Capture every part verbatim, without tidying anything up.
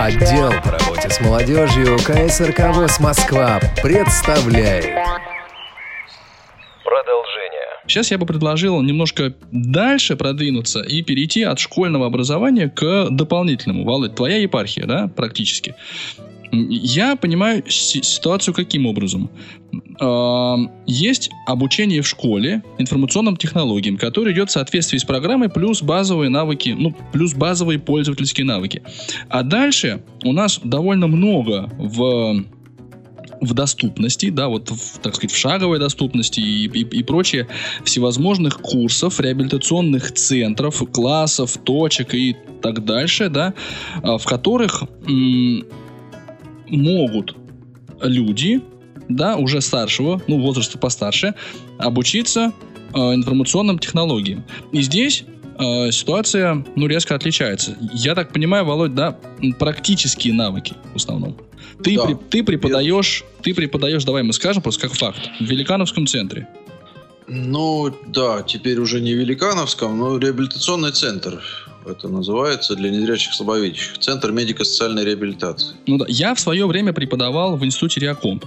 Отдел по работе с молодежью ка эс эр ка ВОС Москва представляет продолжение. Сейчас я бы предложил немножко дальше продвинуться и перейти от школьного образования к дополнительному. Володь, твоя епархия, да, практически. Я понимаю ситуацию каким образом. Есть обучение в школе информационным технологиям, которое идет в соответствии с программой, плюс базовые навыки, ну, плюс базовые пользовательские навыки. А дальше у нас довольно много в... в доступности, да, вот, в, так сказать, в шаговой доступности и, и, и прочее, всевозможных курсов, реабилитационных центров, классов, точек и так дальше, да, в которых м- могут люди, да, уже старшего, ну, возраста постарше, обучиться э, информационным технологиям. И здесь э, ситуация, ну, резко отличается. Я так понимаю, Володь, да, практические навыки в основном. Ты, да, при, ты преподаешь, ты преподаешь, давай мы скажем просто как факт, в Великановском центре. Ну, да, теперь уже не в Великановском, но реабилитационный центр. Это называется для незрячих слабовидящих. Центр медико-социальной реабилитации. Ну да, я в свое время преподавал в институте Реакомп.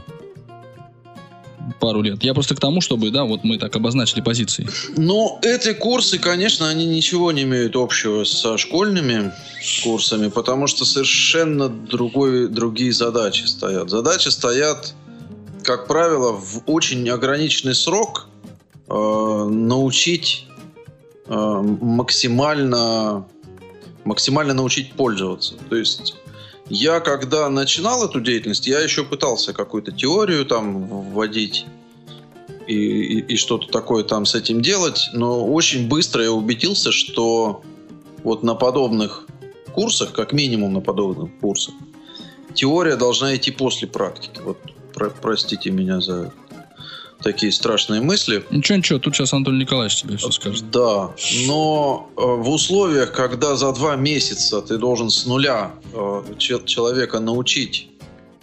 Пару лет. Я просто к тому, чтобы, да, вот мы так обозначили позиции. Ну, эти курсы, конечно, они ничего не имеют общего со школьными курсами, потому что совершенно другой, другие задачи стоят. Задачи стоят, как правило, в очень ограниченный срок э, научить э, максимально, максимально научить пользоваться. То есть я, когда начинал эту деятельность, я еще пытался какую-то теорию там вводить и, и, и что-то такое там с этим делать, но очень быстро я убедился, что вот на подобных курсах, как минимум на подобных курсах, теория должна идти после практики. Вот про, простите меня за такие страшные мысли. Ничего, ничего, тут сейчас Анатолий Николаевич тебе все скажет. Да, но э, в условиях, когда за два месяца ты должен с нуля э, ч- человека научить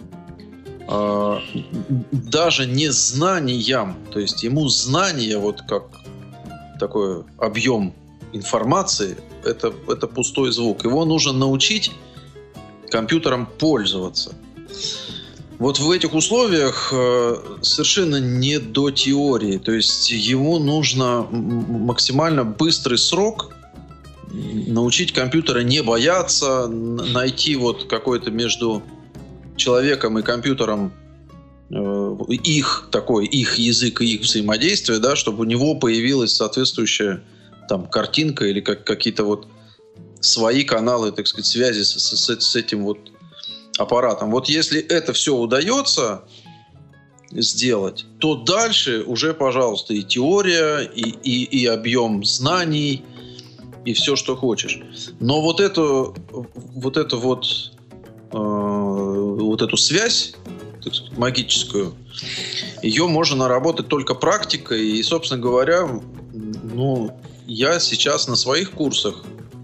э, даже не знаниям, то есть ему знания, вот как такой объем информации, это, это пустой звук. Его нужно научить компьютером пользоваться. Вот в этих условиях э, совершенно не до теории. То есть ему нужно максимально быстрый срок научить компьютера не бояться, найти вот какой-то между человеком и компьютером э, их такой, их язык и их взаимодействие, да, чтобы у него появилась соответствующая там картинка или как, какие-то вот свои каналы, так сказать, связи с, с, с этим вот аппаратом. Вот если это все удается сделать, то дальше уже, пожалуйста, и теория, и, и, и объем знаний, и все, что хочешь. Но вот эту вот эту вот, э, вот эту связь, так сказать, магическую, ее можно наработать только практикой. И, собственно говоря, ну, я сейчас на своих курсах,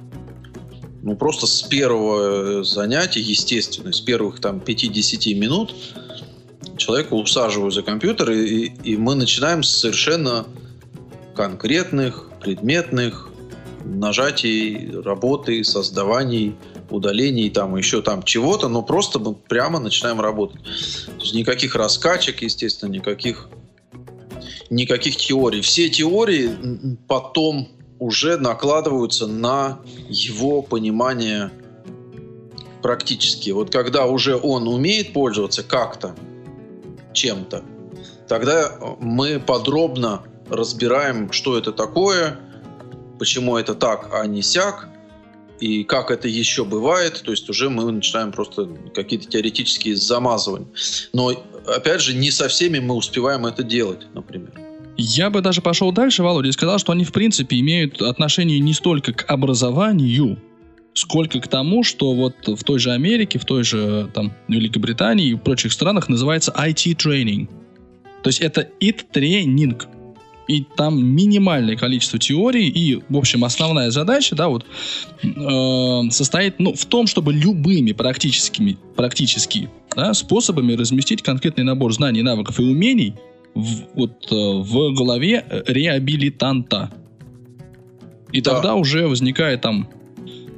ну, просто с первого занятия, естественно, с первых там пяти-десяти минут человека усаживаю за компьютер, и, и мы начинаем с совершенно конкретных, предметных нажатий, работы, создаваний, удалений, там еще там чего-то, но просто мы прямо начинаем работать. То есть никаких раскачек, естественно, никаких, никаких теорий. Все теории потом уже накладываются на его понимание практически. Вот когда уже он умеет пользоваться как-то, чем-то, тогда мы подробно разбираем, что это такое, почему это так, а не сяк, и как это еще бывает. То есть уже мы начинаем просто какие-то теоретические замазывания. Но, опять же, не со всеми мы успеваем это делать, например. Я бы даже пошел дальше, Володя, и сказал, что они, в принципе, имеют отношение не столько к образованию, сколько к тому, что вот в той же Америке, в той же там Великобритании и в прочих странах называется ай ти-тренинг. То есть это ай ти-тренинг. И там минимальное количество теорий, и, в общем, основная задача, да, вот, э, состоит, ну, в том, чтобы любыми практическими, практически, да, способами разместить конкретный набор знаний, навыков и умений в, вот, в голове реабилитанта. И да. Тогда уже возникает там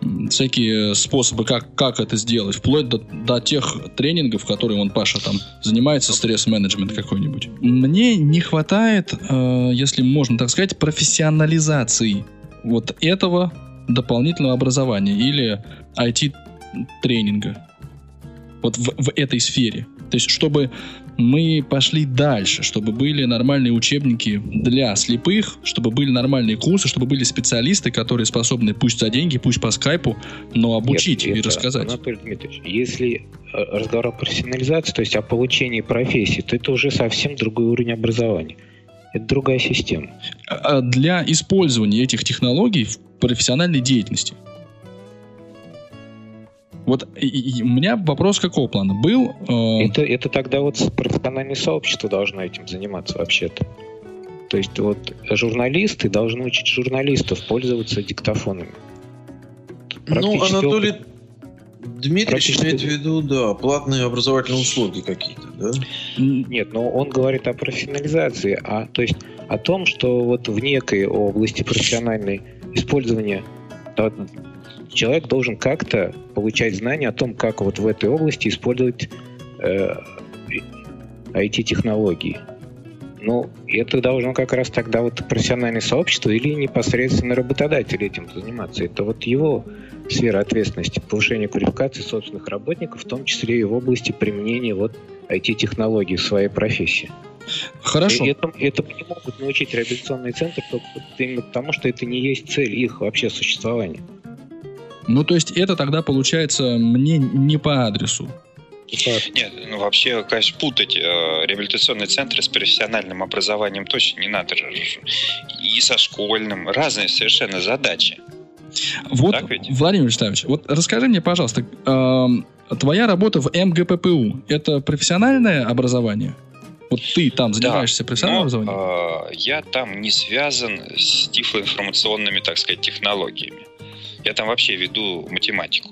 всякие способы, как, как это сделать, вплоть до, до тех тренингов, которые он, Паша, там занимается, стресс-менеджмент какой-нибудь. Мне не хватает, э, если можно так сказать, профессионализации вот этого дополнительного образования или ай ти-тренинга вот в, в этой сфере. То есть, чтобы мы пошли дальше, чтобы были нормальные учебники для слепых, чтобы были нормальные курсы, чтобы были специалисты, которые способны пусть за деньги, пусть по скайпу, но обучить Нет, и это, рассказать. Анатолий Дмитриевич, если разговор о профессионализации, то есть о получении профессии, то это уже совсем другой уровень образования. Это другая система. Для использования этих технологий в профессиональной деятельности. Вот и, и у меня вопрос какого плана был? Э... Это, это тогда вот профессиональное сообщество должно этим заниматься вообще-то. То есть вот журналисты должны учить журналистов пользоваться диктофонами. Ну, Анатолий опыт... Дмитриевич имеет в виду, да, платные образовательные услуги какие-то, да? Нет, но он говорит о профессионализации, а, то есть о том, что вот в некой области профессиональной использования человек должен как-то получать знания о том, как вот в этой области использовать э, ай ти-технологии. Ну, это должно как раз тогда вот профессиональное сообщество или непосредственно работодатель этим заниматься. Это вот его сфера ответственности, повышение квалификации собственных работников, в том числе и в области применения вот ай ти-технологий в своей профессии. Хорошо. И этому, этому не могут научить реабилитационные центры только именно потому, что это не есть цель их вообще существования. Ну, то есть это тогда получается мне не по адресу. Нет, ну вообще, конечно, путать э, реабилитационные центры с профессиональным образованием точно не надо. И со школьным. Разные совершенно задачи. Вот, Владимир Вячеславович, вот расскажи мне, пожалуйста, э, твоя работа в эм гэ пэ пэ у – это профессиональное образование? Вот ты там занимаешься да, профессиональным но, образованием? Э, я там не связан с тифлоинформационными, так сказать, технологиями. Я там вообще веду математику.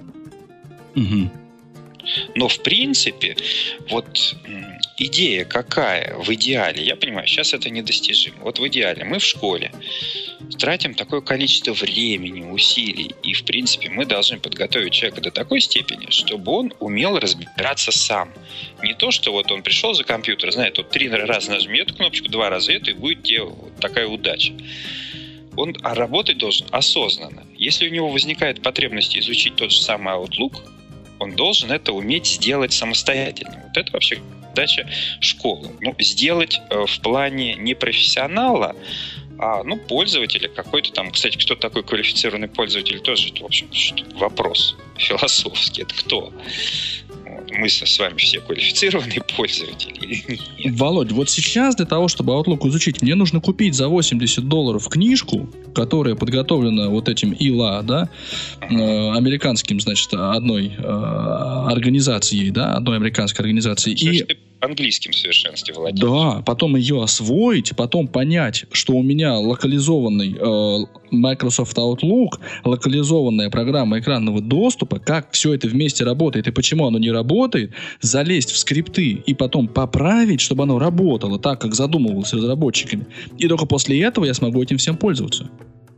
Угу. Но, в принципе, вот идея какая в идеале, я понимаю, сейчас это недостижимо. Вот в идеале мы в школе тратим такое количество времени, усилий, и, в принципе, мы должны подготовить человека до такой степени, чтобы он умел разбираться сам. Не то, что вот он пришел за компьютер, знает, вот три раза нажми эту кнопочку, два раза эту, и будет тебе вот такая удача. Он работать должен осознанно. Если у него возникает потребность изучить тот же самый Outlook, он должен это уметь сделать самостоятельно. Вот это вообще задача школы. Ну, сделать э, в плане не профессионала, а ну, пользователя какой-то там. Кстати, кто такой квалифицированный пользователь, тоже, в общем, вопрос философский. Это кто? Вот. Мы с вами все квалифицированные пользователи или нет? Володь, вот сейчас для того, чтобы Outlook изучить, мне нужно купить за восемьдесят долларов книжку, которая подготовлена вот этим ай эл эй, да, uh-huh. э, американским, значит, одной э, организацией, да, одной американской организацией. И ты английским в совершенстве владеешь. Да, потом ее освоить, потом понять, что у меня локализованный э, Microsoft Outlook, локализованная программа экранного доступа, как все это вместе работает и почему оно не работает, залезть в скрипты и потом поправить, чтобы оно работало так, как задумывалось разработчиками. И только после этого я смогу этим всем пользоваться.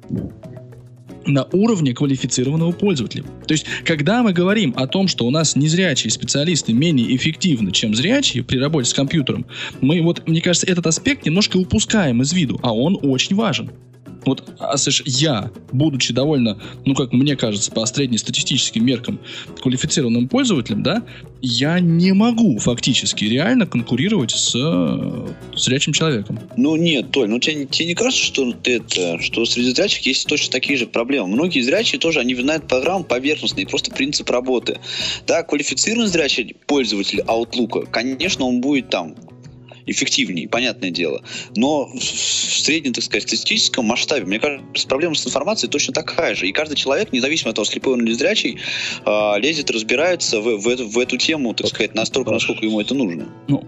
На уровне квалифицированного пользователя. То есть, когда мы говорим о том, что у нас незрячие специалисты менее эффективны, чем зрячие при работе с компьютером, мы вот, мне кажется, этот аспект немножко упускаем из виду, а он очень важен. Вот, а, слышь, я, будучи довольно, ну, как мне кажется, по среднестатистическим меркам квалифицированным пользователем, да, я не могу фактически реально конкурировать с э, зрячим человеком. Ну, нет, Толь, ну тебе, тебе не кажется, что, это, что среди зрячих есть точно такие же проблемы? Многие зрячие тоже, они знают программу поверхностно и просто принцип работы. Да, квалифицированный зрячий пользователь Outlook, конечно, он будет там эффективнее, понятное дело. Но в среднем, так сказать, статистическом масштабе, мне кажется, проблема с информацией точно такая же. И каждый человек, независимо от того, слепой он или зрячий, лезет, разбирается в, в, эту, в эту тему, так сказать, настолько, насколько ему это нужно. Ну,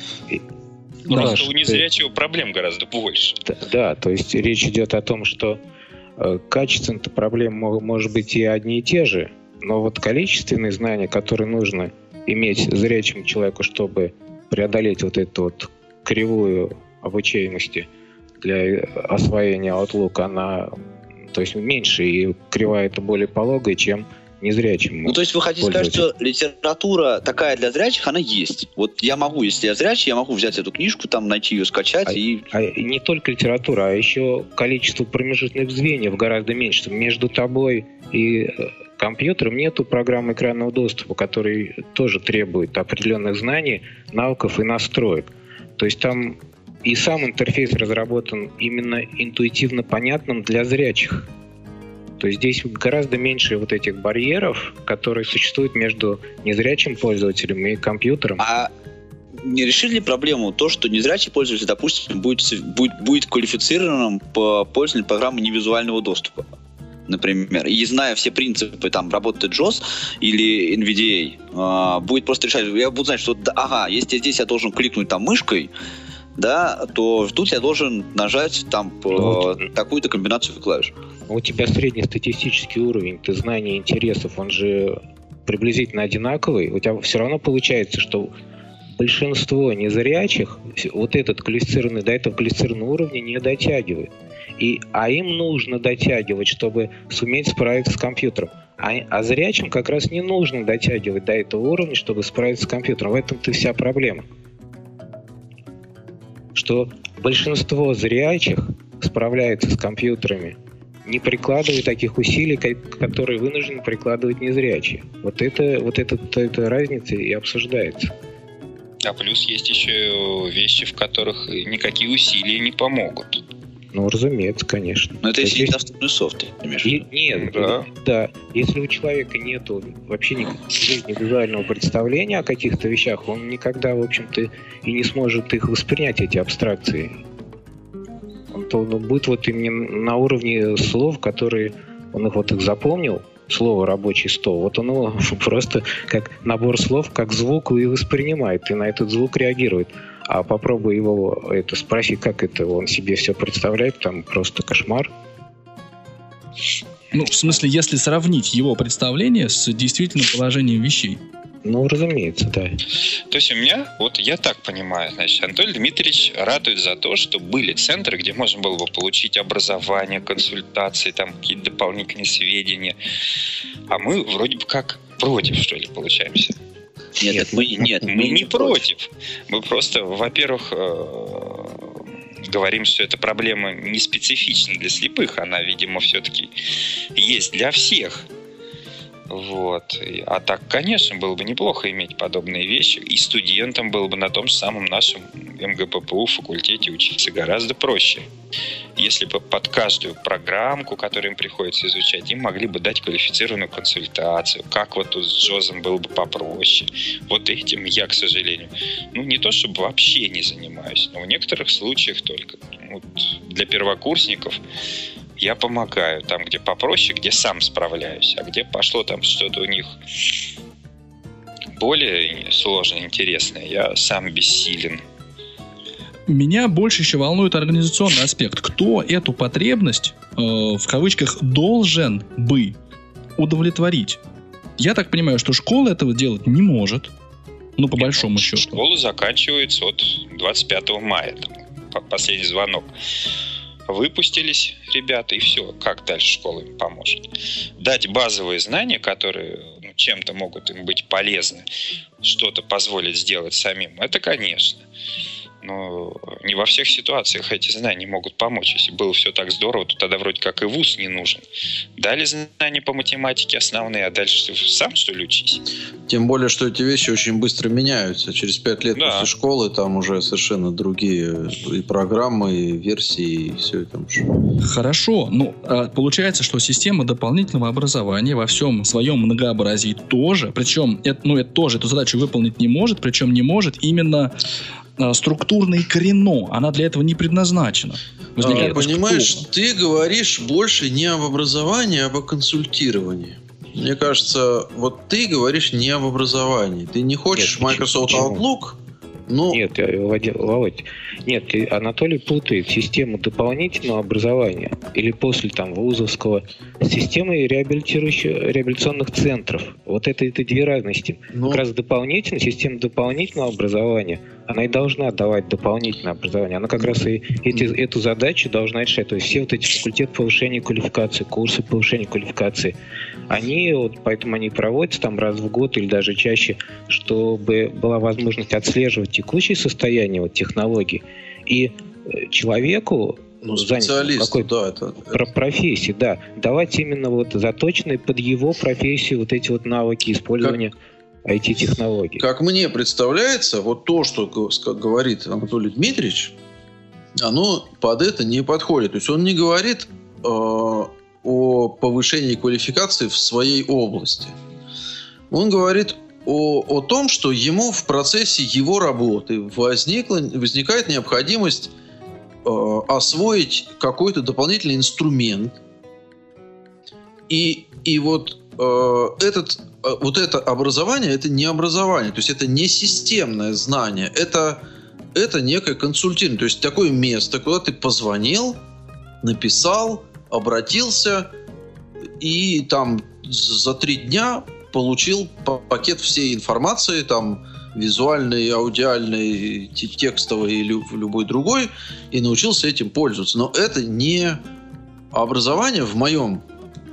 ну да, просто у незрячего ты... проблем гораздо больше. Да, да, то есть речь идет о том, что э, качественно-то проблем может быть и одни и те же, но вот количественные знания, которые нужно иметь зрячему человеку, чтобы преодолеть вот эту вот кривую обучаемости для освоения Outlook, она То есть меньше, и кривая это более пологая, чем незрячим. Ну, то есть вы хотите сказать, что литература такая для зрячих, она есть? Вот я могу, если я зрячий, я могу взять эту книжку, там найти ее, скачать а, и... А не только литература, а еще количество промежуточных звеньев гораздо меньше. Между тобой и компьютером нету программы экранного доступа, который тоже требует определенных знаний, навыков и настроек. То есть там и сам интерфейс разработан именно интуитивно понятным для зрячих. То есть здесь гораздо меньше вот этих барьеров, которые существуют между незрячим пользователем и компьютером. А не решили ли проблему то, что незрячий пользователь, допустим, будет, будет, будет квалифицированным по пользователю программы невизуального доступа, например, и зная все принципы там работы джоус или эн ви ди эй, э, будет просто решать, я буду знать, что ага, если здесь я должен кликнуть там мышкой, да, то тут я должен нажать там по ну, такую-то комбинацию клавиш. У тебя среднестатистический уровень, ты знаний, интересов, он же приблизительно одинаковый. У тебя все равно получается, что большинство незрячих вот этот квалифицированный, до этого квалифицированного уровня не дотягивает. И, а им нужно дотягивать, чтобы суметь справиться с компьютером. А, а зрячим как раз не нужно дотягивать до этого уровня, чтобы справиться с компьютером. В этом-то вся проблема. Что большинство зрячих справляется с компьютерами, не прикладывая таких усилий, которые вынуждены прикладывать незрячие. Вот это, вот это, эта разница и обсуждается. А плюс есть еще вещи, в которых никакие усилия не помогут. Ну, разумеется, конечно. Но это если недоступный софт, ты имеешь в виду? Нет, да. да. Если у человека нету вообще никакого визуального представления о каких-то вещах, он никогда, в общем-то, и не сможет их воспринять, эти абстракции. Он то, ну, будет вот именно на уровне слов, которые он их вот их запомнил, слово «рабочий стол», вот он его просто как набор слов, как звук и воспринимает, и на этот звук реагирует. А попробуй его это спросить, как это он себе все представляет, там просто кошмар. Ну, в смысле, если сравнить его представление с действительным положением вещей. Ну, разумеется, да. То есть у меня, вот я так понимаю, значит, Анатолий Дмитриевич ратует за то, что были центры, где можно было бы получить образование, консультации, там какие-то дополнительные сведения. А мы вроде бы как против, что ли, получаемся. Нет, нет, мы, нет, мы не против. Мы просто, во-первых, говорим, что эта проблема не специфична для слепых. Она, видимо, все-таки есть для всех. Вот. А так, конечно, было бы неплохо иметь подобные вещи. И студентам было бы на том же самом нашем эм гэ пэ пэ у факультете учиться гораздо проще. Если бы под каждую программку, которую им приходится изучать, им могли бы дать квалифицированную консультацию. Как вот тут с джозом было бы попроще. Вот этим я, к сожалению, ну не то чтобы вообще не занимаюсь, но в некоторых случаях только. Вот для первокурсников я помогаю там, где попроще, где сам справляюсь, а где пошло там что-то у них более сложное, интересное, я сам бессилен. Меня больше еще волнует организационный аспект. Кто эту потребность, э, в кавычках, должен бы удовлетворить? Я так понимаю, что школа этого делать не может. Ну, по Нет, большому счету. Школа заканчивается от двадцать пятого мая. Там, последний звонок. Выпустились ребята, и все. Как дальше школа им поможет? Дать базовые знания, которые ну, чем-то могут им быть полезны, что-то позволит сделать самим, это, конечно. Но не во всех ситуациях эти знания могут помочь. Если было все так здорово, то тогда вроде как и вуз не нужен. Дали знания по математике основные, а дальше ты сам, что ли, учись? Тем более, что эти вещи очень быстро меняются. Через пять лет да. после школы там уже совершенно другие и программы, и версии, и все это. Хорошо. Ну, получается, что система дополнительного образования во всем своем многообразии тоже, причем это, ну, это тоже эту задачу выполнить не может, причем не может именно структурно и коренно. Она для этого не предназначена. А, понимаешь, ты говоришь больше не об образовании, а об консультировании. Мне кажется, вот ты говоришь не об образовании. Ты не хочешь Нет, Microsoft почему? Outlook, Ну, Нет, я- Володя- Володь, нет, ты- Анатолий путает систему дополнительного образования или после там вузовского с системой реабилитирующих реабилитационных центров. Вот это, это две разности. ну, Как раз дополнительно, система дополнительного образования, она и должна давать дополнительное образование. Она как раз и эти, эту задачу должна решать. То есть все вот эти факультеты повышения квалификации, курсы повышения квалификации, они, вот, поэтому они проводятся там раз в год или даже чаще, чтобы была возможность отслеживать текущее состояние вот, технологий. И э, человеку, ну, занятому специалисту, какой-то да, это, про профессии, да, давать именно вот заточенные под его профессию вот эти вот навыки использования ай ти-технологий. Как мне представляется, вот то, что г- ска- говорит Анатолий Дмитриевич, оно под это не подходит. То есть он не говорит э, о повышении квалификации в своей области. Он говорит о, о том, что ему в процессе его работы возникла, возникает необходимость э, освоить какой-то дополнительный инструмент. И, и вот э, этот, э, вот это образование, это не образование, то есть это не системное знание, это, это некое консультирование, то есть такое место, куда ты позвонил, написал, обратился и там за три дня получил па- пакет всей информации, там визуальной, аудиальной, те- текстовой и лю- любой другой, и научился этим пользоваться. Но это не образование в моем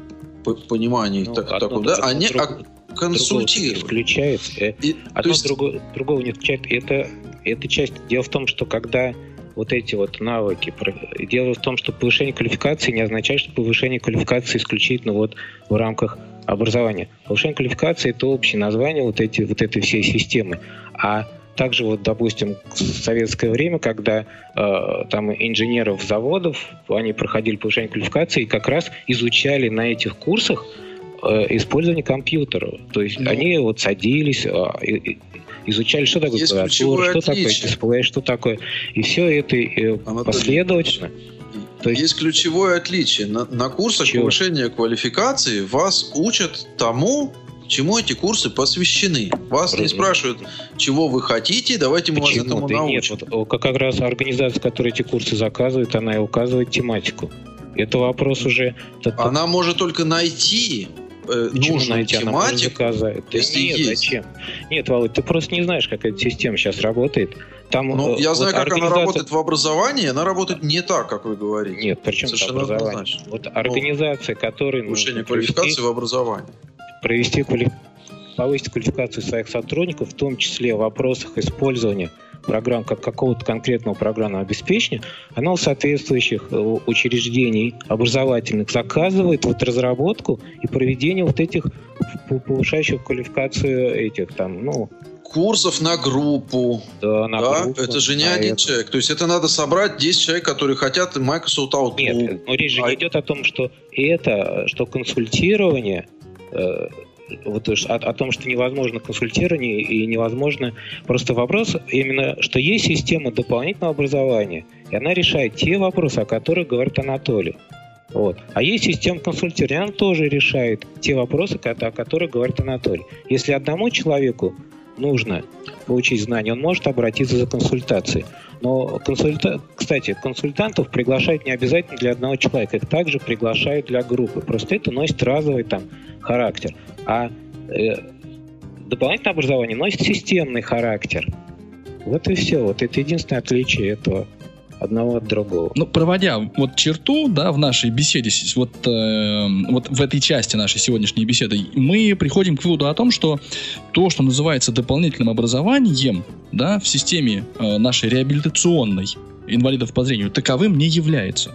п- понимании, Ну, так- одно таком, да, другого- а не друг- а Другого не консультирование. исключает. Э, И, то Одно есть, друго- другого не исключает. Это, это часть. Дело в том, что когда вот эти вот навыки... про- Дело в том, что повышение квалификации не означает, что повышение квалификации исключительно вот в рамках образования. Повышение квалификации — это общее название вот, эти, вот этой всей системы. А также вот, допустим, в советское время, когда э, там инженеров заводов, они проходили повышение квалификации и как раз изучали на этих курсах э, использование компьютера. То есть Ну. они вот садились, э, и- и изучали, что такое Есть клавиатура, ключевое что такое отличие. дисплей, что такое. И все это э, Анатолий последовательно. То есть- есть ключевое отличие. На, на курсах Чего? повышения квалификации вас учат тому, чему эти курсы посвящены. Вас не Разумеется. спрашивают, чего вы хотите, давайте мы вас Почему? этому Да нет, научим. вот, о, как как раз организация, которая эти курсы заказывает, она и указывает тематику. Это вопрос уже... это- Она может только найти э, Почему нужную найти? Она может тематику. заказать. Да если нет, есть. зачем? Нет, Володь, ты просто не знаешь, как эта система сейчас работает. Там, Ну, э, я вот знаю, как она организация- работает в образовании, она работает не так, как вы говорите. Нет, причем там Совершенно образование. однозначно. Вот организация, которая Повышение нужно квалификации в образовании. провести квали- повысить квалификацию своих сотрудников, в том числе в вопросах использования программ как какого-то конкретного программного обеспечения, она у соответствующих э, учреждений образовательных заказывает вот разработку и проведение вот этих п- повышающих квалификацию этих там, ну, Курсов на группу. да, на Да, группу, это же не на один это. человек. То есть это надо собрать десять человек, которые хотят Microsoft Outlook. Нет, но речь же А- не идет о том, что это, что консультирование, э, вот уж о, о том, что невозможно консультирование и невозможно... Просто вопрос именно, что есть система дополнительного образования, и она решает те вопросы, о которых говорит Анатолий. Вот. А есть система консультирования, она тоже решает те вопросы, ко- о которых говорит Анатолий. Если одному человеку нужно получить знания, он может обратиться за консультацией. Но, консульта... кстати, консультантов приглашают не обязательно для одного человека, их также приглашают для группы. Просто это носит разовый там характер. А э, дополнительное образование носит системный характер. Вот и все. Вот это единственное отличие этого одного от другого. Ну, проводя вот черту, да, в нашей беседе, с- вот, э, вот в этой части нашей сегодняшней беседы, мы приходим к выводу о том, что то, что называется дополнительным образованием, да, в системе э, нашей реабилитационной инвалидов по зрению, таковым не является.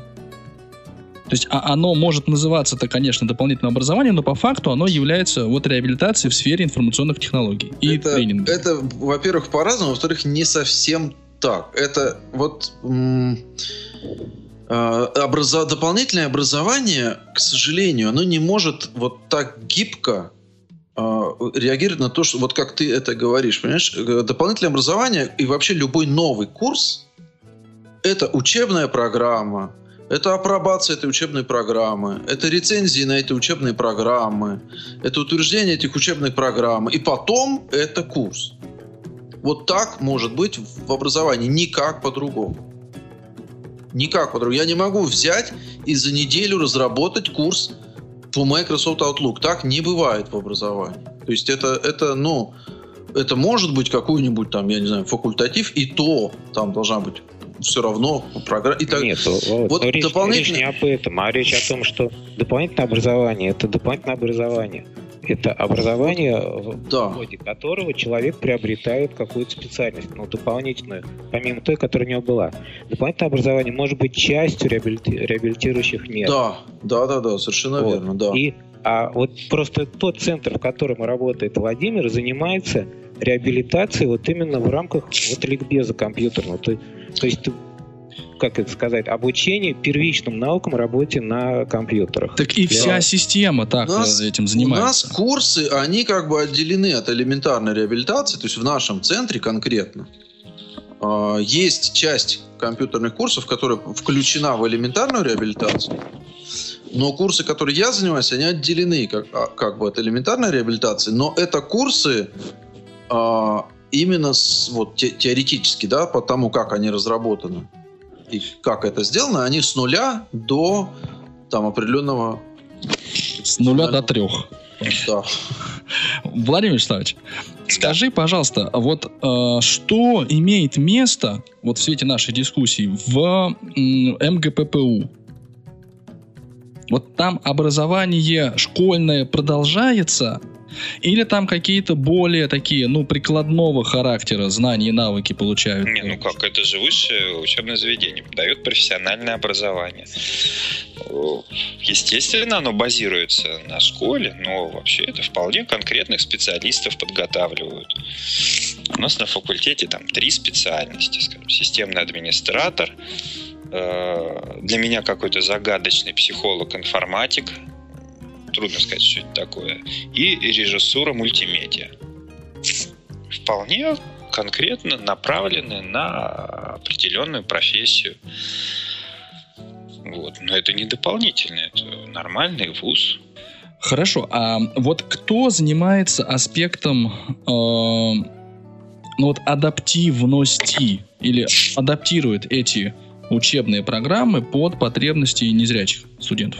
То есть а, оно может называться-то, конечно, дополнительным образованием, но по факту оно является вот реабилитацией в сфере информационных технологий и это, тренинга. это, во-первых, по-разному, во-вторых, не совсем так. Это вот м, э, образо- дополнительное образование, к сожалению, оно не может вот так гибко э, реагировать на то, что вот как ты это говоришь, понимаешь? Э, Дополнительное образование и вообще любой новый курс — это учебная программа, это апробация этой учебной программы, это рецензии на эти учебные программы, это утверждение этих учебных программ, и потом это курс. Вот так может быть в образовании, никак по-другому. Никак по-другому. Я не могу взять и за неделю разработать курс по Microsoft Outlook. Так не бывает в образовании. То есть это, это ну, это может быть какой-нибудь там, я не знаю, факультатив, и то там должна быть все равно программа. Так... Нет, вот, вот речь, дополнительно... речь не об этом, а речь о том, что дополнительное образование — это дополнительное образование. Это образование, да. в ходе которого человек приобретает какую-то специальность, ну, дополнительную, помимо той, которая у него была. Дополнительное образование может быть частью реабилити... реабилитирующих мер. Да, да, да, да, совершенно вот. верно, да. И, а вот просто тот центр, в котором работает Владимир, занимается реабилитацией вот именно в рамках вот ликбеза компьютерного. То, то есть, как это сказать, обучение первичным наукам работе на компьютерах. Так и Для... вся система так нас, этим занимается. У нас курсы, они как бы отделены от элементарной реабилитации, то есть в нашем центре конкретно э, есть часть компьютерных курсов, которая включена в элементарную реабилитацию, но курсы, которые я занимаюсь, они отделены как, как бы от элементарной реабилитации, но это курсы э, именно с, вот, те, теоретически, да, по тому, как они разработаны. И как это сделано, они с нуля до там определенного... С нуля до трех. Да. Владимир Вячеславович, скажи, пожалуйста, вот э, что имеет место вот в свете нашей дискуссии в э, эм гэ пэ пэ у? Вот там образование школьное продолжается? Или там какие-то более такие, ну, прикладного характера знания и навыки получают? Не, ну как, это же высшее учебное заведение, дает профессиональное образование. Естественно, оно базируется на школе, но вообще это вполне конкретных специалистов подготавливают. У нас на факультете там три специальности, скажем, системный администратор, для меня какой-то загадочный психолог-информатик, трудно сказать, что это такое, и режиссура мультимедиа. Вполне конкретно направлены на определенную профессию. Вот. Но это не дополнительно, это нормальный вуз. Хорошо, а вот кто занимается аспектом э, ну вот адаптивности или адаптирует эти учебные программы под потребности незрячих студентов?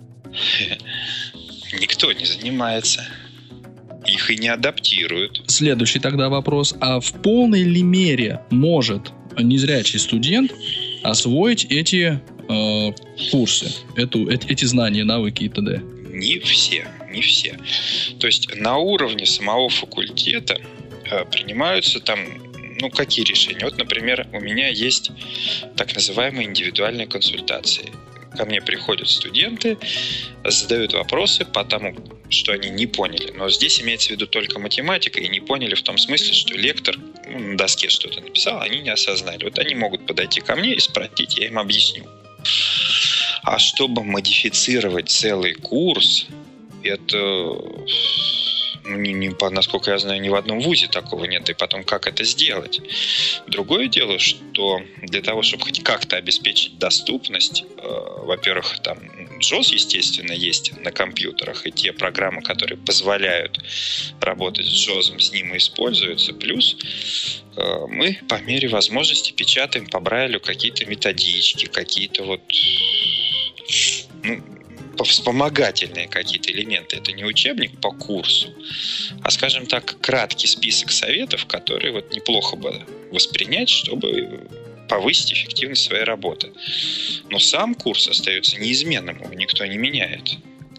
Никто не занимается. Их и не адаптируют. Следующий тогда вопрос. А в полной ли мере может незрячий студент освоить эти э, курсы, эту, эти, эти знания, навыки и т.д.? Не все, не все. То есть на уровне самого факультета э, принимаются там, ну, какие решения? Вот, например, у меня есть так называемые индивидуальные консультации. Ко мне приходят студенты, задают вопросы по тому, что они не поняли. Но здесь имеется в виду только математика, и не поняли в том смысле, что лектор ну, на доске что-то написал, они не осознали. Вот они могут подойти ко мне и спросить, я им объясню. А чтобы модифицировать целый курс, это, ну, не, не, насколько я знаю, ни в одном вузе такого нет. И потом, как это сделать? Другое дело, что для того, чтобы хоть как-то обеспечить доступность, э, во-первых, там джоз, естественно, есть на компьютерах, и те программы, которые позволяют работать с джозом, с ним и используются. Плюс э, мы по мере возможности печатаем по Брайлю какие-то методички, какие-то вот... Ну, вспомогательные какие-то элементы. Это не учебник по курсу, а, скажем так, краткий список советов, которые вот неплохо бы воспринять, чтобы повысить эффективность своей работы. Но сам курс остается неизменным, его никто не меняет.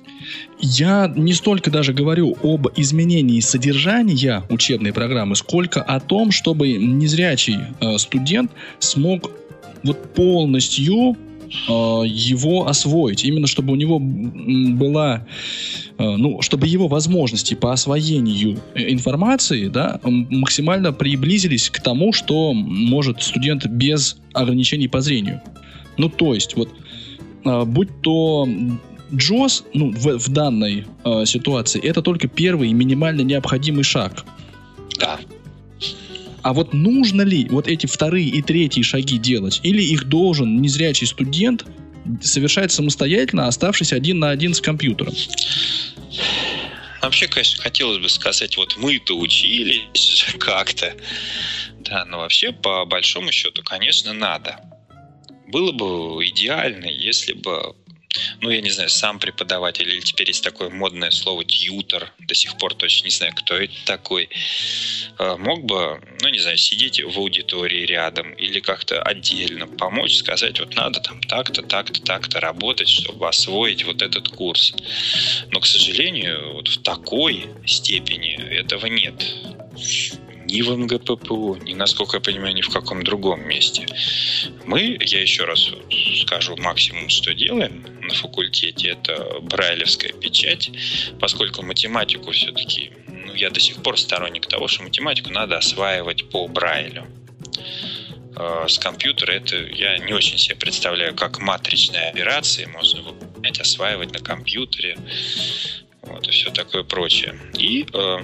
Я не столько даже говорю об изменении содержания учебной программы, сколько о том, чтобы незрячий э, студент смог вот полностью его освоить, именно чтобы у него была, ну, чтобы его возможности по освоению информации, да, максимально приблизились к тому, что может студент без ограничений по зрению. Ну, то есть, вот, будь то джоз, ну, в, в данной э, ситуации, это только первый и минимально необходимый шаг. Да. А вот нужно ли вот эти вторые и третьи шаги делать? Или их должен незрячий студент совершать самостоятельно, оставшись один на один с компьютером? Вообще, конечно, хотелось бы сказать, вот мы-то учились как-то. Да, но вообще, по большому счету, конечно, надо. Было бы идеально, если бы, ну, я не знаю, сам преподаватель, или теперь есть такое модное слово «тьютор», до сих пор точно не знаю, кто это такой, мог бы, ну, не знаю, сидеть в аудитории рядом или как-то отдельно помочь, сказать, вот надо там так-то, так-то, так-то работать, чтобы освоить вот этот курс. Но, к сожалению, вот в такой степени этого нет. Ни в эм гэ пэ пэ у, ни, насколько я понимаю, ни в каком другом месте. Мы, я еще раз скажу, максимум, что делаем на факультете, это брайлевская печать, поскольку математику все-таки, ну, я до сих пор сторонник того, что математику надо осваивать по Брайлю. С компьютера это я не очень себе представляю, как матричные операции можно выполнять, осваивать на компьютере, вот, и все такое прочее. И э,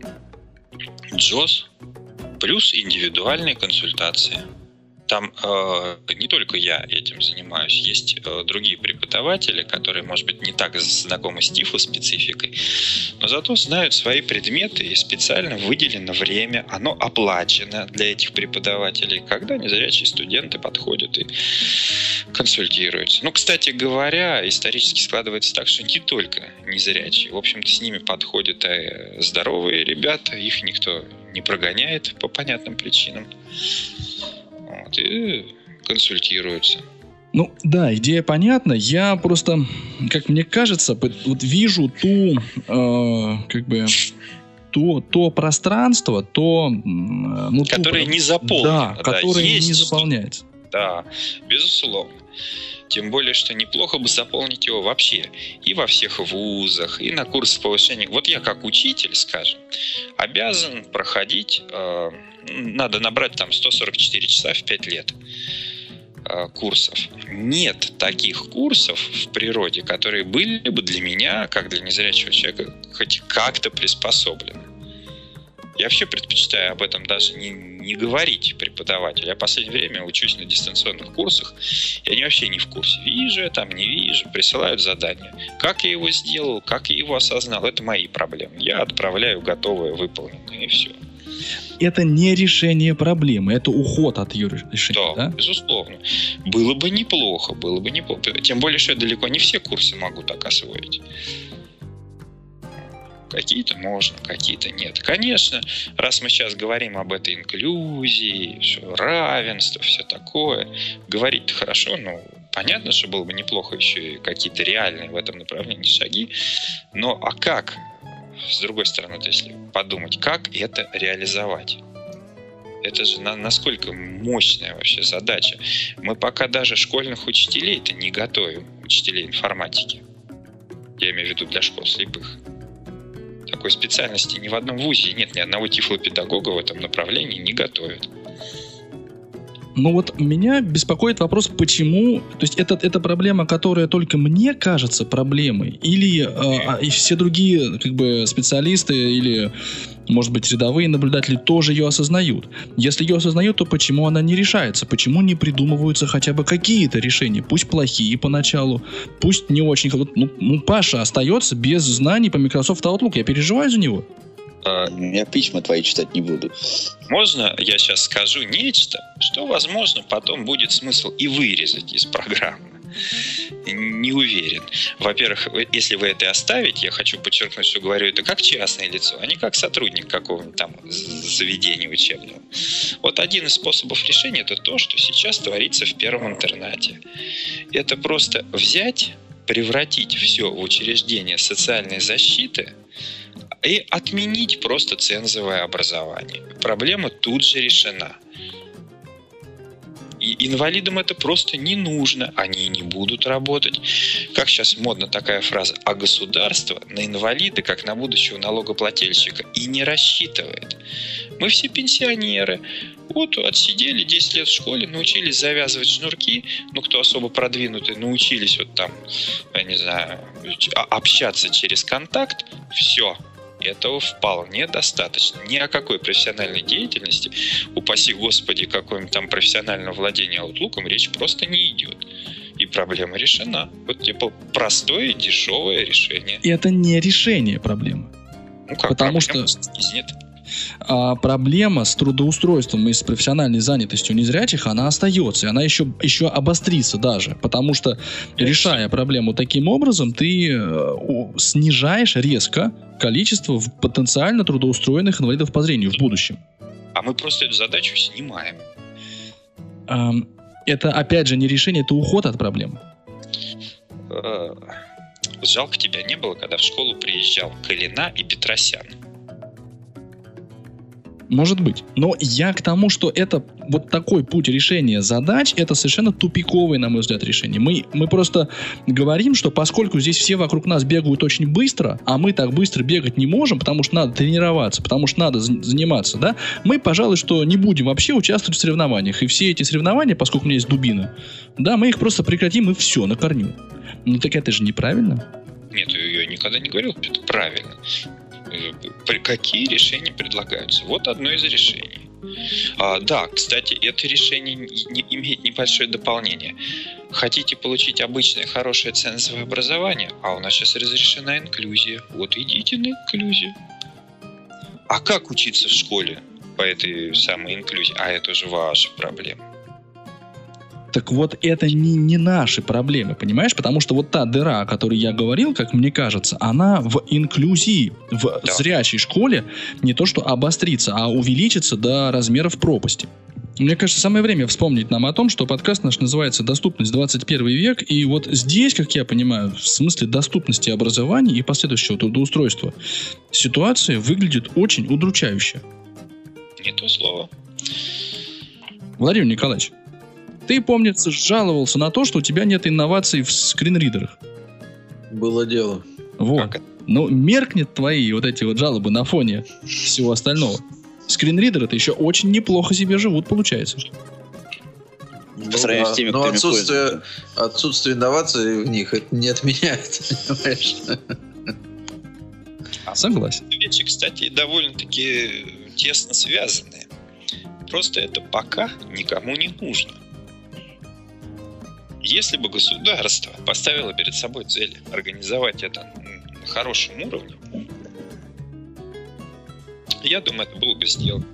джоз плюс индивидуальные консультации. Там э, не только я этим занимаюсь, есть э, другие преподаватели, которые, может быть, не так знакомы с тифлоспецификой, но зато знают свои предметы, и специально выделено время, оно оплачено для этих преподавателей, когда незрячие студенты подходят и консультируются. Ну, кстати говоря, исторически складывается так, что не только незрячие. В общем-то, с ними подходят и здоровые ребята, их никто не прогоняет по понятным причинам. Вот, и консультируются. Ну да, идея понятна. Я просто, как мне кажется, вот вижу ту, э, как бы, то, то пространство, то... Ну, которое ту, не заполнено. Да, которое есть, не заполняется. Да, безусловно. Тем более, что неплохо бы заполнить его вообще. И во всех вузах, и на курсах повышения. Вот я как учитель, скажем, обязан проходить... Э, надо набрать там сто сорок четыре часа в пять лет э, курсов. Нет таких курсов в природе, которые были бы для меня, как для незрячего человека, хоть как-то приспособлены. Я вообще предпочитаю об этом даже не, не говорить преподавателю. Я в последнее время учусь на дистанционных курсах, и они вообще не в курсе. Вижу я там, не вижу, присылают задание. Как я его сделал, как я его осознал, это мои проблемы. Я отправляю готовое, выполненное, и все. Это не решение проблемы, это уход от ее решения. Да, да, безусловно. Было бы неплохо, было бы неплохо. Тем более, что я далеко не все курсы могу так освоить. Какие-то можно, какие-то нет. Конечно, раз мы сейчас говорим об этой инклюзии, что равенство, все такое, говорить-то хорошо, но понятно, что было бы неплохо еще и какие-то реальные в этом направлении шаги. Но а как? С другой стороны, если подумать, как это реализовать? Это же на, насколько мощная вообще задача. Мы пока даже школьных учителей-то не готовим, учителей информатики. Я имею в виду для школ слепых. Такой специальности ни в одном вузе нет, ни одного тифлопедагога в этом направлении не готовят. Ну вот меня беспокоит вопрос, почему, то есть это, это проблема, которая только мне кажется проблемой, или э, и все другие как бы специалисты или, может быть, рядовые наблюдатели тоже ее осознают. Если ее осознают, то почему она не решается? Почему не придумываются хотя бы какие-то решения? Пусть плохие поначалу, пусть не очень... Ну, ну Паша остается без знаний по Microsoft Outlook, я переживаю за него. Я письма твои читать не буду. Можно я сейчас скажу нечто, что, возможно, потом будет смысл и вырезать из программы? Не уверен. Во-первых, если вы это оставите, я хочу подчеркнуть, что говорю это как частное лицо, а не как сотрудник какого-нибудь там заведения учебного. Вот один из способов решения — это то, что сейчас творится в первом интернате. Это просто взять, превратить все в учреждение социальной защиты и отменить просто цензовое образование. Проблема тут же решена. И инвалидам это просто не нужно, они не будут работать. Как сейчас модна такая фраза, а государство на инвалида, как на будущего налогоплательщика, и не рассчитывает. Мы все пенсионеры. Вот отсидели десять лет в школе, научились завязывать шнурки, ну, кто особо продвинутый, научились вот там, я не знаю, общаться через контакт, все. Этого вполне достаточно. Ни о какой профессиональной деятельности, упаси Господи, какого-нибудь там профессионального владения Outlook'ом, речь просто не идет. И проблема решена. Вот типа простое, дешевое решение. И это не решение проблемы. Ну как, Потому проблема что исчезнет. а, проблема с трудоустройством и с профессиональной занятостью незрячих, она остается, и она еще, еще обострится даже, потому что, решая проблему таким образом, ты э, у- снижаешь резко количество в- потенциально трудоустроенных инвалидов по зрению в будущем. А мы просто эту задачу снимаем. Ам, это, опять же, не решение, это уход от проблемы. Э, Жалко тебя не было, когда в школу приезжал Калина и Петросян. Может быть. Но я к тому, что это вот такой путь решения задач, это совершенно тупиковое, на мой взгляд, решение. Мы, мы просто говорим, что поскольку здесь все вокруг нас бегают очень быстро, а мы так быстро бегать не можем, потому что надо тренироваться, потому что надо з- заниматься, да, мы, пожалуй, что не будем вообще участвовать в соревнованиях. И все эти соревнования, поскольку у меня есть дубина, да, мы их просто прекратим, и все, на корню. Ну так это же неправильно. Нет, я никогда не говорил, что это правильно. Э, при- Какие решения предлагаются? Вот одно из решений. А, да, кстати, это решение не- не- имеет небольшое дополнение. Хотите получить обычное хорошее цензовое образование? А у нас сейчас разрешена инклюзия. Вот идите на инклюзию. А как учиться в школе по этой самой инклюзии? А это уже ваша проблема. Так вот, это не, не наши проблемы, понимаешь? Потому что вот та дыра, о которой я говорил, как мне кажется, она в инклюзии, в Да. зрячей школе не то что обострится, а увеличится до размеров пропасти. Мне кажется, самое время вспомнить нам о том, что подкаст наш называется «Доступность двадцать первый век», и вот здесь, как я понимаю, в смысле доступности образования и последующего трудоустройства, ситуация выглядит очень удручающе. Не то слово. Владимир Николаевич, ты, помнится, жаловался на то, что у тебя нет инноваций в скринридерах. Было дело. Вот. Как это? Но меркнет твои вот эти вот жалобы на фоне всего остального. Скринридеры-то еще очень неплохо себе живут, получается. По сравнению с теми, но кто ими отсутствие, пользуется. отсутствие инноваций в них это не отменяет, понимаешь? Согласен. Вещи, кстати, довольно-таки тесно связаны. Просто это пока никому не нужно. Если бы государство поставило перед собой цель организовать это на хорошем уровне, я думаю, это было бы сделано.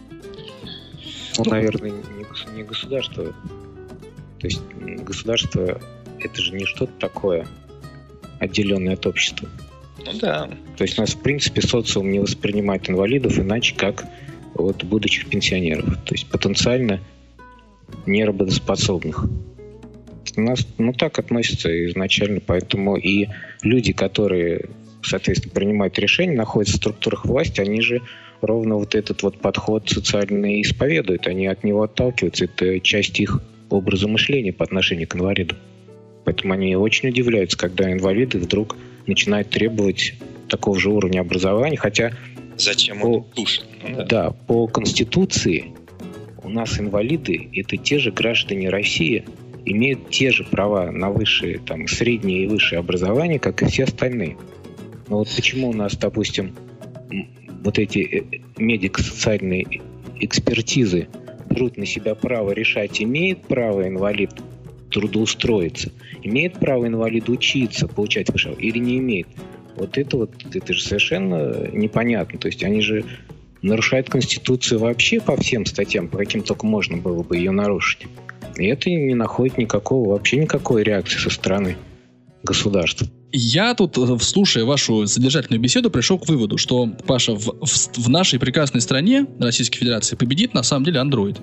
Ну, наверное, не, гос- не государство. То есть м, государство — это же не что-то такое, отделенное от общества. Ну да. То есть у нас, в принципе, социум не воспринимает инвалидов иначе, как вот будущих пенсионеров. То есть потенциально неработоспособных. У нас, ну, так относятся изначально, поэтому и люди, которые, соответственно, принимают решения, находятся в структурах власти, они же ровно вот этот вот подход социальный исповедуют, они от него отталкиваются, это часть их образа мышления по отношению к инвалиду. Поэтому они очень удивляются, когда инвалиды вдруг начинают требовать такого же уровня образования, хотя Зачем О, он слушает? Ну да. да, по Конституции у нас инвалиды — это те же граждане России, имеют те же права на высшее, там, среднее и высшее образование, как и все остальные. Но вот почему у нас, допустим, м, вот эти э, медико-социальные экспертизы берут на себя право решать, имеет право инвалид трудоустроиться, имеет право инвалид учиться, получать высшее, или не имеет? Вот это вот, это же совершенно непонятно. То есть они же нарушают Конституцию вообще по всем статьям, по каким только можно было бы ее нарушить. И это не находит никакого, вообще никакой реакции со стороны государства. Я тут, э, слушая вашу содержательную беседу, пришел к выводу, что, Паша, в, в- в нашей прекрасной стране, Российской Федерации, победит на самом деле Android.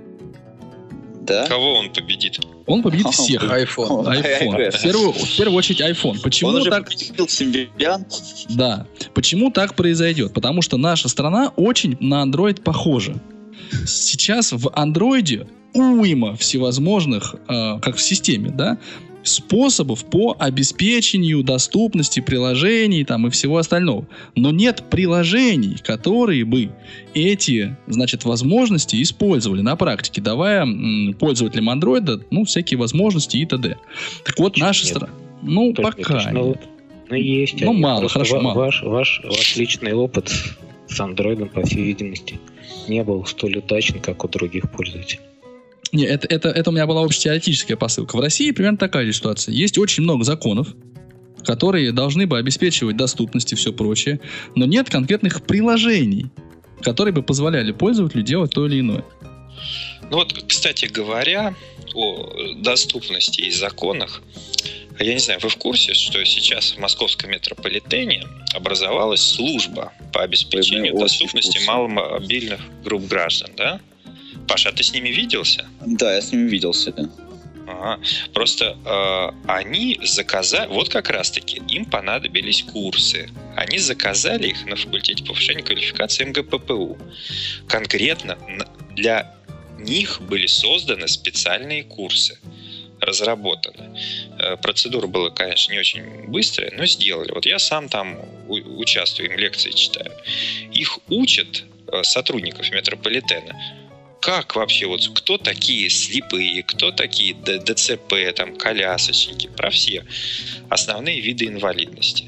Да? Кого он победит? Он победит всех. iPhone. iPhone. В первую, в первую очередь iPhone. Почему Он уже так? победил Symbian. Да. Почему так произойдет? Потому что наша страна очень на Android похожа. Сейчас в Android уйма всевозможных, э, как в системе, да, способов по обеспечению доступности приложений там, и всего остального. Но нет приложений, которые бы эти, значит, возможности использовали на практике, давая м, пользователям Android, ну, всякие возможности и т.д. Так вот, Почему наша нет? страна... Ну, Только пока это ж, ну, нет. вот, ну, есть. Ну, они. мало, Просто хорошо, ва- мало. Ваш, ваш, ваш личный опыт с андроидом, по всей видимости, не был столь удачен, как у других пользователей. Не, это, это, это у меня была общетеоретическая посылка. В России примерно такая же ситуация. Есть очень много законов, которые должны бы обеспечивать доступность и все прочее, но нет конкретных приложений, которые бы позволяли пользователю делать то или иное. Ну вот, кстати говоря, о доступности и законах, я не знаю, вы в курсе, что сейчас в московском метрополитене образовалась служба по обеспечению Очень доступности маломобильных групп граждан, да? Паша, а ты с ними виделся? Да, я с ними виделся. Ага. Просто э, они заказали, вот как раз-таки им понадобились курсы. Они заказали их на факультете повышения квалификации эм гэ пэ пэ у. Конкретно для них были созданы специальные курсы, разработаны. Процедура была, конечно, не очень быстрая, но сделали. Вот я сам там участвую, им лекции читаю. Их учат сотрудников метрополитена. Как вообще, вот кто такие слепые, кто такие дэ цэ пэ, там, колясочники, про все основные виды инвалидности.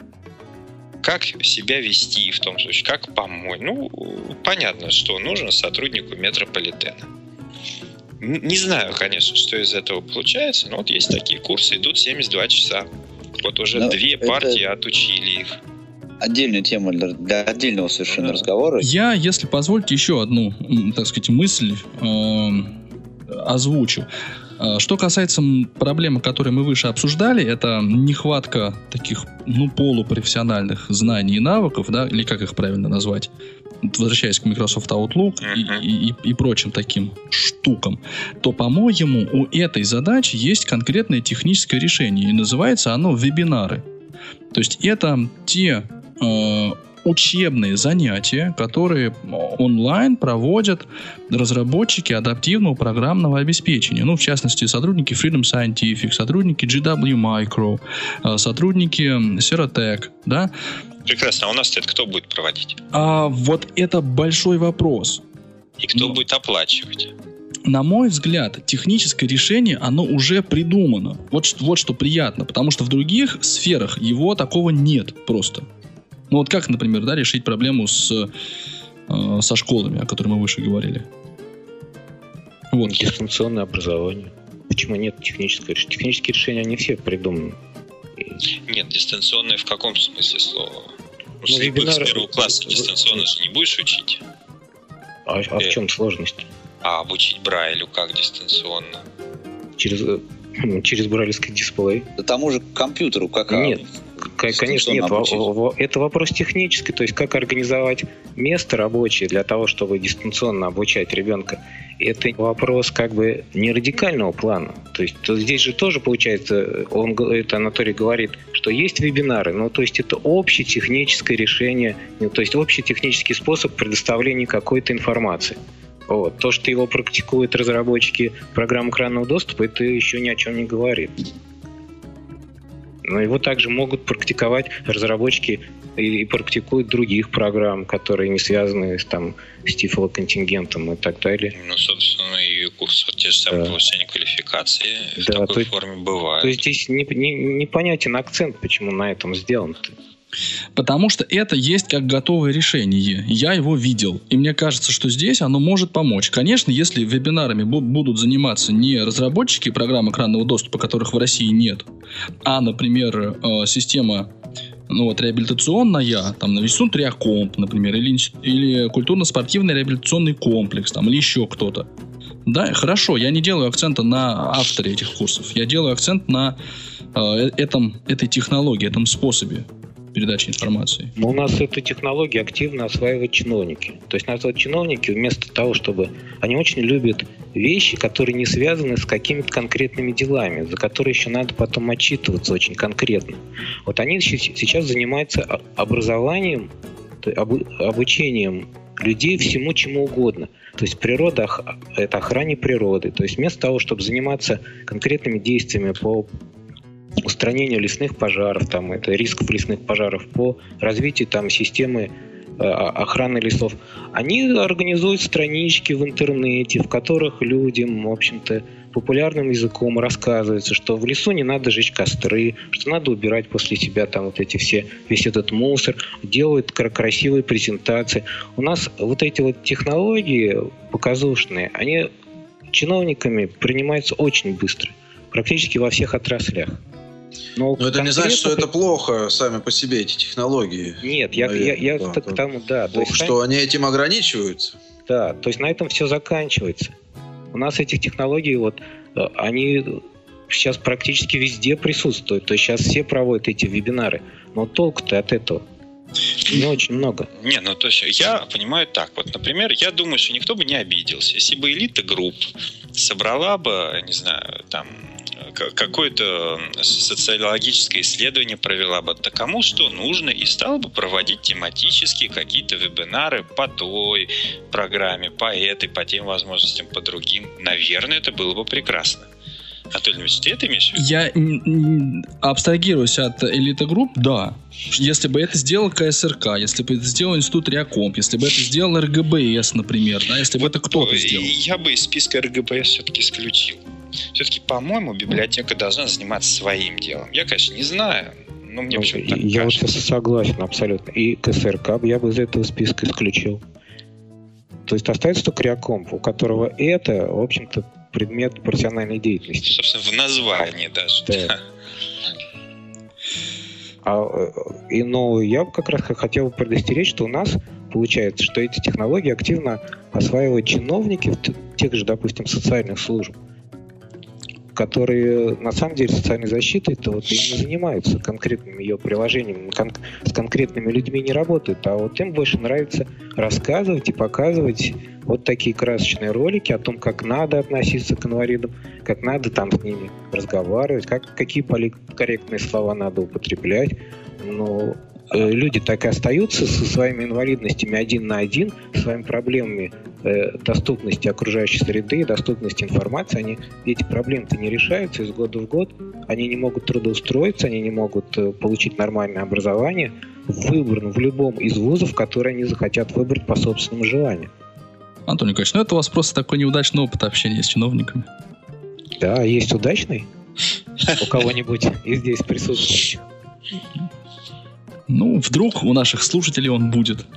Как себя вести в том случае, как помочь. Ну, понятно, что нужно сотруднику метрополитена. Не знаю, конечно, что из этого получается, но вот есть такие курсы, идут семьдесят два часа. Вот уже но две партии отучили их. Отдельная тема для, для отдельного совершенно да. разговора. Я, если позволите, еще одну, так сказать, мысль э, озвучу. Что касается проблемы, которую мы выше обсуждали, это нехватка таких, ну, полупрофессиональных знаний и навыков, да, или как их правильно назвать, возвращаясь к Microsoft Outlook uh-huh. и, и, и прочим таким штукам, то, по-моему, у этой задачи есть конкретное техническое решение, и называется оно вебинары. То есть это те э, учебные занятия, которые онлайн проводят разработчики адаптивного программного обеспечения. Ну, в частности, сотрудники Freedom Scientific, сотрудники джи дабл ю Micro, сотрудники Serotec, да. Прекрасно. А у нас это кто будет проводить? А вот это большой вопрос. И кто Но... будет оплачивать? На мой взгляд, техническое решение, оно уже придумано. Вот, вот что приятно, потому что в других сферах его такого нет просто. Ну вот как, например, да, решить проблему с, э, со школами, о которой мы выше говорили? Вот. Дистанционное образование. Почему нет технического решения? Технические решения, они все придуманы. Нет, дистанционное в каком смысле слова? Ну, ну, слепых с первого класса дистанционно же не будешь учить. А, а в чем сложность? А обучить Брайлю как дистанционно? Через, через брайлевский дисплей. Да тому же компьютеру как? Нет, конечно, нет. Это вопрос технический. То есть, как организовать место рабочее для того, чтобы дистанционно обучать ребенка. Это вопрос как бы не радикального плана. То есть, то здесь же тоже получается, он, это Анатолий говорит, что есть вебинары. Ну, то есть, это общее техническое решение, то есть, общий технический способ предоставления какой-то информации. Вот. То, что его практикуют разработчики программ экранного доступа, это еще ни о чем не говорит. Но его также могут практиковать разработчики и, и практикуют других программ, которые не связаны с, там, с тифлоконтингентом и так далее. Ну, собственно, и курсы те же самые да. повышения квалификации в да, такой то, форме бывают. То есть здесь не, не, непонятен акцент, почему на этом сделан-то. Потому что это есть как готовое решение. Я его видел. И мне кажется, что здесь оно может помочь. Конечно, если вебинарами будут заниматься не разработчики программ экранного доступа, которых в России нет, а, например, система ну, вот, реабилитационная, там, навесун Триакомп, например, или, или культурно-спортивный реабилитационный комплекс, там, или еще кто-то. Да, хорошо, я не делаю акцента на авторе этих курсов. Я делаю акцент на э, этом, этой технологии, этом способе передачи информации. Но у нас эту технологию активно осваивают чиновники. То есть, у нас вот чиновники вместо того, чтобы... Они очень любят вещи, которые не связаны с какими-то конкретными делами, за которые еще надо потом отчитываться очень конкретно. Вот они сейчас занимаются образованием, обучением людей всему чему угодно. То есть природа — это охране природы. То есть вместо того, чтобы заниматься конкретными действиями по устранению лесных пожаров, там, это рисков лесных пожаров, по развитию там, системы э, охраны лесов, они организуют странички в интернете, в которых людям, в общем-то, популярным языком рассказывается, что в лесу не надо жечь костры, что надо убирать после себя там вот эти все, весь этот мусор, делают красивые презентации. У нас вот эти вот технологии показушные, они чиновниками принимаются очень быстро, практически во всех отраслях. Но, Но это не значит, что конкретно- это плохо сами по себе, эти технологии. Нет, я, я, я Наверное, так да, к тому, да. То Плохо, есть, что они этим ограничиваются. да, то есть на этом все заканчивается. У нас этих технологий, вот, э, они сейчас практически везде присутствуют. То есть сейчас все проводят эти вебинары. Но толку-то от этого не очень много. Не, ну то есть я понимаю так. Вот, например, я думаю, что никто бы не обиделся, если бы элита групп собрала бы, не знаю, там к- какое-то социологическое исследование провела бы, да кому что нужно, и стала бы проводить тематические какие-то вебинары по той программе, по этой, по тем возможностям, по другим. Наверное, это было бы прекрасно. Анатолий Ильич, ты это имеешь в виду? Я н- н- абстрагируюсь от элиты групп, да. Если бы это сделал КСРК, если бы это сделал Институт Реакомп, если бы это сделал РГБС, например, да, если бы это кто-то сделал. Я бы из списка РГБС все-таки исключил. Все-таки, по-моему, библиотека должна заниматься своим делом. Я, конечно, не знаю, но мне Ну, почему-то так и- я вот кажется. согласен абсолютно. И КСРК бы я бы из этого списка исключил. То есть остается только Реакомп, у которого это, в общем-то, предмет профессиональной деятельности. Собственно, в названии даже. Да. А, э, и, но я бы как раз хотел предостеречь, что у нас получается, что эти технологии активно осваивают чиновники в т- тех же, допустим, социальных служб, которые на самом деле социальной защитой-то вот и не занимаются конкретными ее приложениями, кон- с конкретными людьми не работают, а вот им больше нравится рассказывать и показывать вот такие красочные ролики о том, как надо относиться к инвалидам, как надо там с ними разговаривать, как, какие политкорректные слова надо употреблять. Но э, люди так и остаются со своими инвалидностями один на один, со своими проблемами э, доступности окружающей среды, доступности информации. Они, эти проблемы-то не решаются из года в год. Они не могут трудоустроиться, они не могут э, получить нормальное образование в выбор, в любом из вузов, которые они захотят выбрать по собственному желанию. Антон Николаевич, ну это у вас просто такой неудачный опыт общения с чиновниками. Да, есть удачный у кого-нибудь из здесь присутствующих. Ну, вдруг у наших слушателей он будет.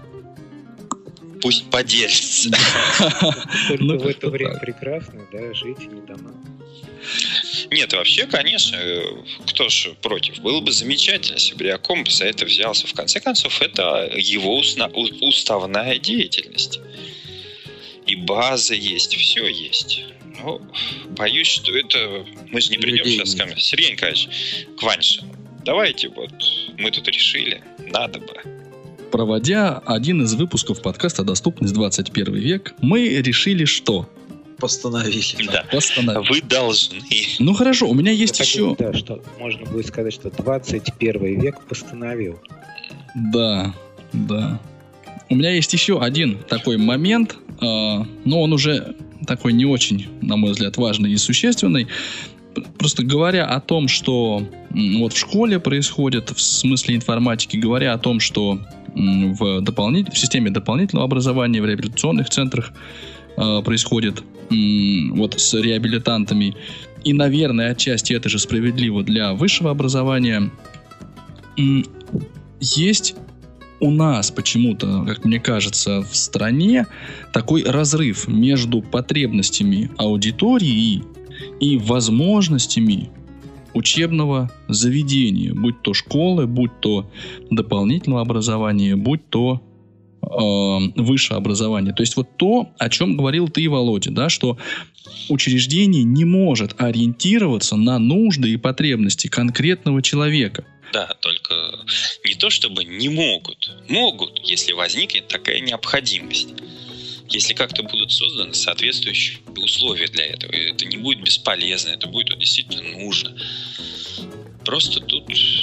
Пусть поделится. Только Ну, в это как-то время так. прекрасно, да, жить и не дано. Нет, вообще, конечно, э, кто ж против? Было бы замечательно, если бы Реакомп за это взялся. В конце концов, это его усна- у- уставная деятельность. И база есть, все есть. Но боюсь, что это... Мы же не придем Людей сейчас нет. ко мне. Сергей Николаевич, к Ваньше. Давайте вот, мы тут решили, надо бы. Проводя один из выпусков подкаста «Доступность двадцать первый век», мы решили что? Постановили. Да. Восстановить. Вы должны. Ну хорошо, у меня есть Я так еще... думаю, да, что можно будет сказать, что двадцать первый век постановил. Да, да. У меня есть еще один такой момент, э, но он уже такой не очень, на мой взгляд, важный и существенный. П- Просто говоря о том, что м, вот в школе происходит, в смысле информатики, говоря о том, что м, в, дополнит- в системе дополнительного образования, в реабилитационных центрах э, происходит м, вот с реабилитантами, и, наверное, отчасти это же справедливо для высшего образования, м, есть у нас почему-то, как мне кажется, в стране такой разрыв между потребностями аудитории и возможностями учебного заведения, будь то школы, будь то дополнительного образования, будь то э, высшее образование. То есть вот то, о чем говорил ты, Володя, да, что учреждение не может ориентироваться на нужды и потребности конкретного человека. Да, только не то чтобы не могут. Могут, если возникнет такая необходимость. Если как-то будут созданы соответствующие условия для этого. И это не будет бесполезно, это будет вот действительно нужно. Просто тут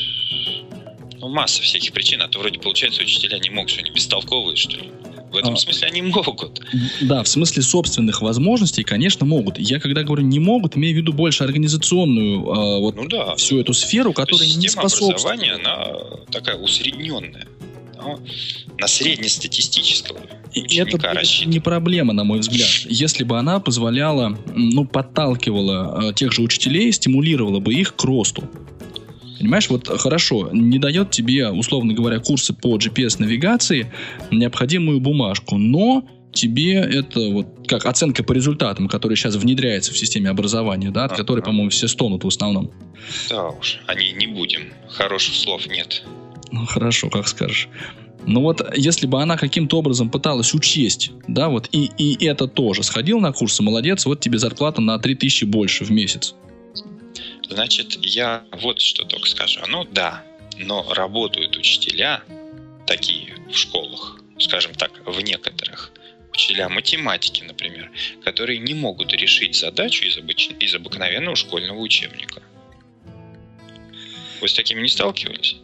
ну, масса всяких причин. А то вроде получается, учителя не могут, что они бестолковые, что ли. В этом А. смысле они могут. Да, в смысле собственных возможностей, конечно, могут. Я когда говорю не могут, имею в виду больше организационную э, вот Ну да. всю эту сферу, То есть которая не система способствует. образования, она такая усредненная. Но на среднестатистического И это ученика будет рассчитана. не проблема, на мой взгляд. Если бы она позволяла, м, ну, подталкивала э, тех же учителей, стимулировала бы их к росту. Понимаешь, вот э, хорошо, не дает тебе, условно говоря, курсы по джи пи эс-навигации необходимую бумажку, но тебе это вот как оценка по результатам, которая сейчас внедряется в системе образования, да, от а, которой, а. по-моему, все стонут в основном. Да уж, о ней не будем. Хороших слов нет. Ну, хорошо, как скажешь. Но вот если бы она каким-то образом пыталась учесть, да, вот, и, и это тоже, сходил на курсы, молодец, вот тебе зарплата на три тысячи больше в месяц. Значит, я вот что только скажу. Ну да, но работают учителя, такие в школах, скажем так, в некоторых, учителя математики, например, которые не могут решить задачу из, обыч... из обыкновенного школьного учебника. Вы с такими не сталкивались?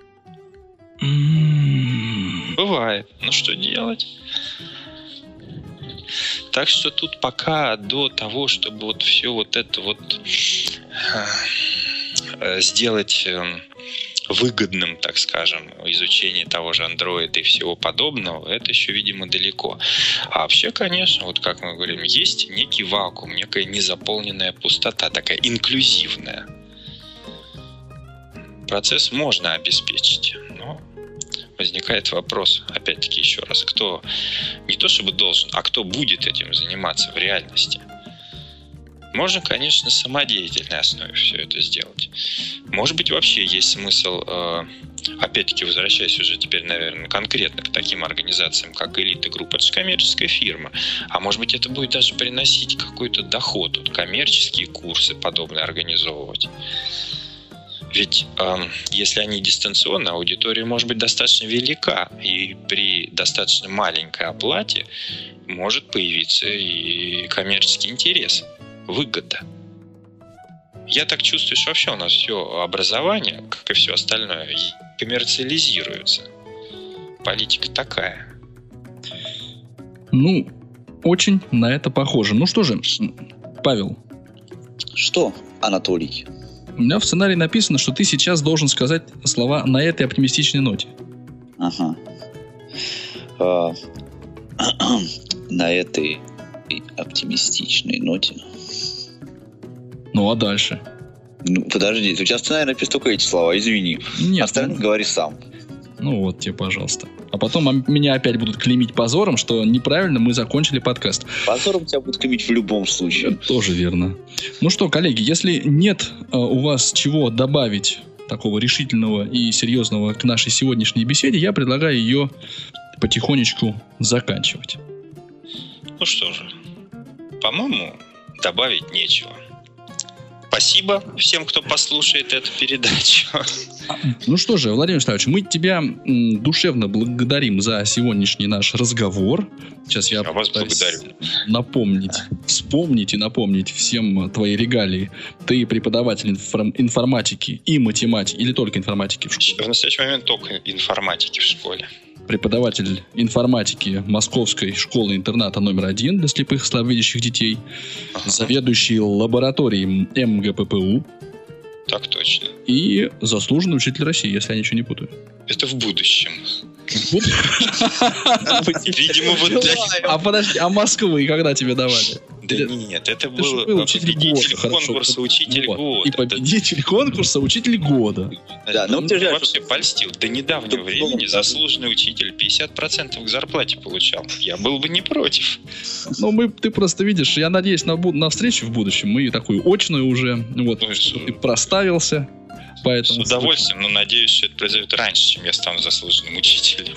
Mm-hmm. Бывает. Ну что делать? Так что тут пока до того, чтобы вот все вот это вот э, сделать э, выгодным, так скажем, изучение того же андроида и всего подобного, это еще, видимо, далеко. А вообще, конечно, вот как мы говорим, есть некий вакуум, некая незаполненная пустота, такая инклюзивная. Процесс можно обеспечить, но возникает вопрос, опять-таки еще раз, кто не то чтобы должен, а кто будет этим заниматься в реальности. Можно, конечно, на самодеятельной основе все это сделать. Может быть, вообще есть смысл, э, опять-таки, возвращаясь уже теперь, наверное, конкретно к таким организациям, как Элита Групп, это же коммерческая фирма. А может быть, это будет даже приносить какой-то доход, вот, коммерческие курсы подобные организовывать. Ведь э, если они дистанционно, аудитория может быть достаточно велика, и при достаточно маленькой оплате может появиться и коммерческий интерес, выгода. Я так чувствую, что вообще у нас все образование, как и все остальное, коммерциализируется. Политика такая. Ну, очень на это похоже. Ну что же, Павел. Что, Анатолий? У меня в сценарии написано, что ты сейчас должен сказать слова на этой оптимистичной ноте. Ага. А, на этой оптимистичной ноте. Ну, а дальше? Ну, подожди, у тебя в сценарии написано только эти слова, извини. Нет. Остальное ну... говори сам. Ну вот тебе, пожалуйста. А потом меня опять будут клеймить позором, что неправильно мы закончили подкаст. Позором тебя будут клеймить в любом случае. Это тоже верно. Ну что, коллеги, если нет э, у вас чего добавить такого решительного и серьезного к нашей сегодняшней беседе, я предлагаю ее потихонечку заканчивать. Ну что же, по-моему, добавить нечего. Спасибо всем, кто послушает эту передачу. Ну что же, Владимир Вячеславович, мы тебя м, душевно благодарим за сегодняшний наш разговор. Сейчас я, я вас благодарю. Напомнить, вспомнить и напомнить всем твои регалии. Ты преподаватель информ- информатики и математики, или только информатики в школе? В настоящий момент только информатики в школе. Преподаватель информатики Московской школы-интерната номер один для слепых и слабовидящих детей, ага. заведующий лабораторией эм гэ пэ пэ у. Так точно. И заслуженный учитель России, если я ничего не путаю. Это в будущем. Видимо, вот для... А подожди, а Москвы когда тебе давали? Да нет, это был победитель конкурса «Учитель года». И победитель конкурса «Учитель года». Да, ну ты вообще польстил. До недавнего времени заслуженный учитель пятьдесят процентов к зарплате получал. Я был бы не против. Ну, мы, ты просто видишь, я надеюсь на, на встречу в будущем. Мы такую очную уже, вот, ты проставился. Поэтому с удовольствием, но надеюсь, что это произойдет раньше, чем я стану заслуженным учителем.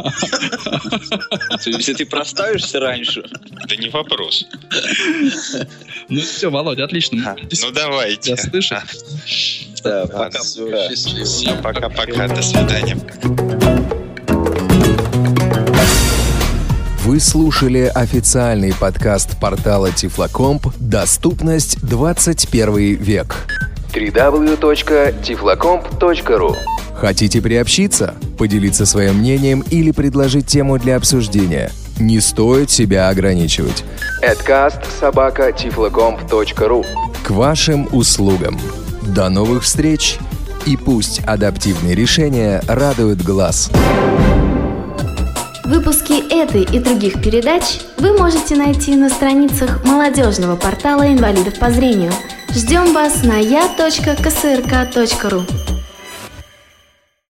Если ты проставишься раньше. Да не вопрос. Ну все, Володя, отлично. Ну давайте. Я слышу. Да, пока. Все, пока-пока. До свидания. Вы слушали официальный подкаст портала Тифлокомп «Доступность двадцать первый век». дабл ю дабл ю дабл ю точка тифлокомп точка ру. Хотите приобщиться, поделиться своим мнением или предложить тему для обсуждения? Не стоит себя ограничивать. эдкаст собака тифлокомп точка ру. К вашим услугам. До новых встреч! И пусть адаптивные решения радуют глаз. Выпуски этой и других передач вы можете найти на страницах молодежного портала инвалидов по зрению. Ждем вас на я точка ка эс эр ка точка ру.